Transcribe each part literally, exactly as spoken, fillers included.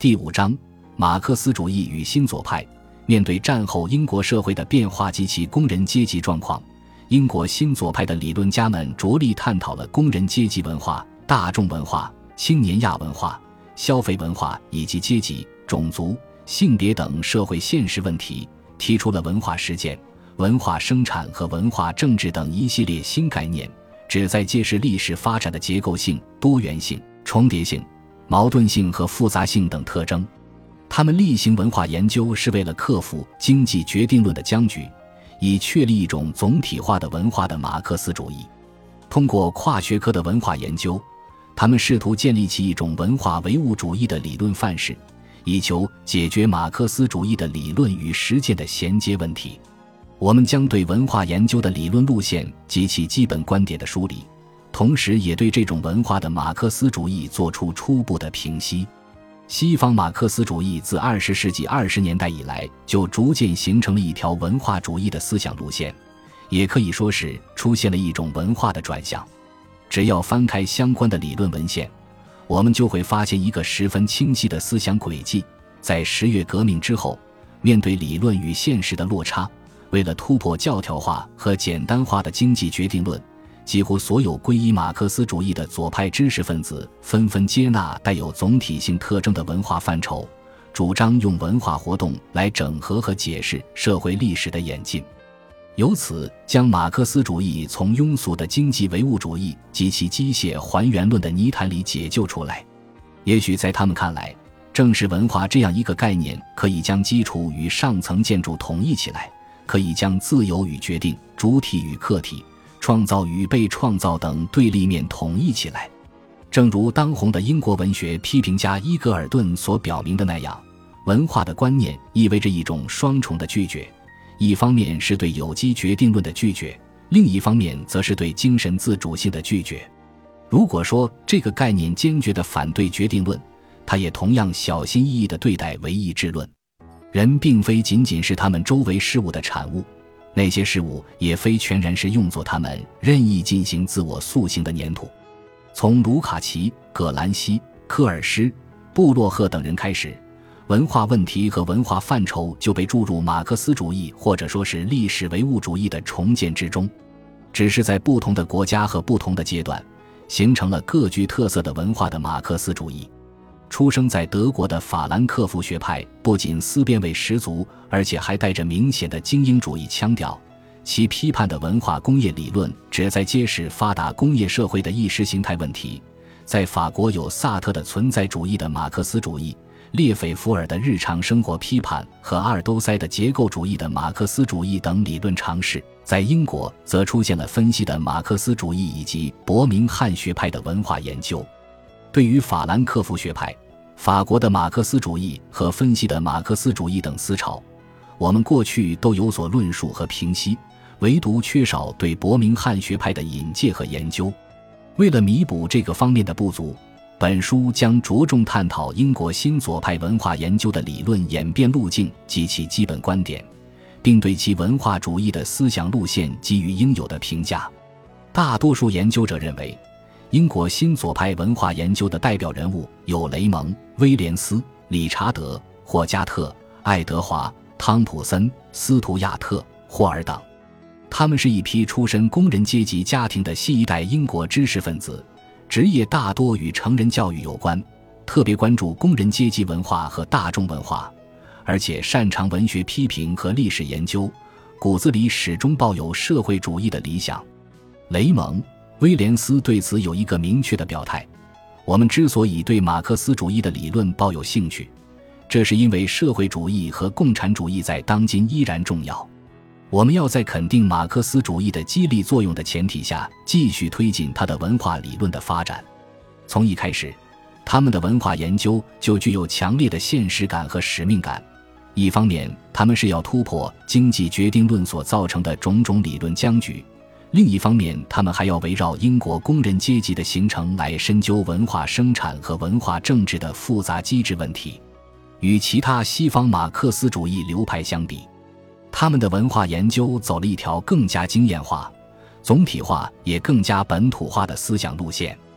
第五章，马克思主义与新左派。面对战后英国社会的变化及其工人阶级状况，英国新左派的理论家们着力探讨了工人阶级文化、大众文化、青年亚文化、消费文化以及阶级、种族、性别等社会现实问题，提出了文化实践、文化生产和文化政治等一系列新概念，旨在揭示历史发展的结构性、多元性、重叠性、矛盾性和复杂性等特征。他们例行文化研究是为了克服经济决定论的僵局，以确立一种总体化的文化的马克思主义。通过跨学科的文化研究，他们试图建立起一种文化唯物主义的理论范式，以求解决马克思主义的理论与实践的衔接问题。我们将对文化研究的理论路线及其基本观点的梳理，同时也对这种文化的马克思主义做出初步的评析。西方马克思主义自二十世纪二十年代以来就逐渐形成了一条文化主义的思想路线，也可以说是出现了一种文化的转向。只要翻开相关的理论文献，我们就会发现一个十分清晰的思想轨迹。在十月革命之后，面对理论与现实的落差，为了突破教条化和简单化的经济决定论，几乎所有皈依马克思主义的左派知识分子纷纷接纳带有总体性特征的文化范畴，主张用文化活动来整合和解释社会历史的演进，由此将马克思主义从庸俗的经济唯物主义及其机械还原论的泥潭里解救出来。也许在他们看来，正是文化这样一个概念可以将基础与上层建筑统一起来，可以将自由与决定、主体与客体、创造与被创造等对立面统一起来。正如当红的英国文学批评家伊格尔顿所表明的那样，文化的观念意味着一种双重的拒绝，一方面是对有机决定论的拒绝，另一方面则是对精神自主性的拒绝。如果说这个概念坚决地反对决定论，它也同样小心翼翼地对待唯意志论。人并非仅仅是他们周围事物的产物，那些事物也非全然是用作他们任意进行自我塑形的粘土。从卢卡奇、葛兰西、科尔施、布洛赫等人开始，文化问题和文化范畴就被注入马克思主义或者说是历史唯物主义的重建之中，只是在不同的国家和不同的阶段，形成了各具特色的文化的马克思主义。出生在德国的法兰克福学派不仅思辨味十足，而且还带着明显的精英主义腔调。其批判的文化工业理论旨在揭示发达工业社会的意识形态问题。在法国有萨特的存在主义的马克思主义、列斐福尔的日常生活批判和阿尔都塞的结构主义的马克思主义等理论尝试。在英国则出现了分析的马克思主义以及伯明翰学派的文化研究。对于法兰克福学派、法国的马克思主义和分析的马克思主义等思潮，我们过去都有所论述和评析，唯独缺少对伯明翰学派的引介和研究。为了弥补这个方面的不足，本书将着重探讨英国新左派文化研究的理论演变路径及其基本观点，并对其文化主义的思想路线给予应有的评价。大多数研究者认为，英国新左派文化研究的代表人物有雷蒙、威廉斯、理查德、霍加特、爱德华、汤普森、斯图亚特、霍尔等。他们是一批出身工人阶级家庭的新一代英国知识分子，职业大多与成人教育有关，特别关注工人阶级文化和大众文化，而且擅长文学批评和历史研究，骨子里始终抱有社会主义的理想。雷蒙、威廉斯对此有一个明确的表态：我们之所以对马克思主义的理论抱有兴趣，这是因为社会主义和共产主义在当今依然重要。我们要在肯定马克思主义的激励作用的前提下，继续推进它的文化理论的发展。从一开始，他们的文化研究就具有强烈的现实感和使命感。一方面，他们是要突破经济决定论所造成的种种理论僵局；另一方面，他们还要围绕英国工人阶级的形成来深究文化生产和文化政治的复杂机制问题。与其他西方马克思主义流派相比，他们的文化研究走了一条更加经验化、总体化也更加本土化的思想路线。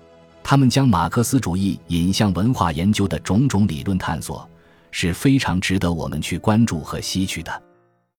他们将马克思主义引向文化研究的种种理论探索，是非常值得我们去关注和吸取的。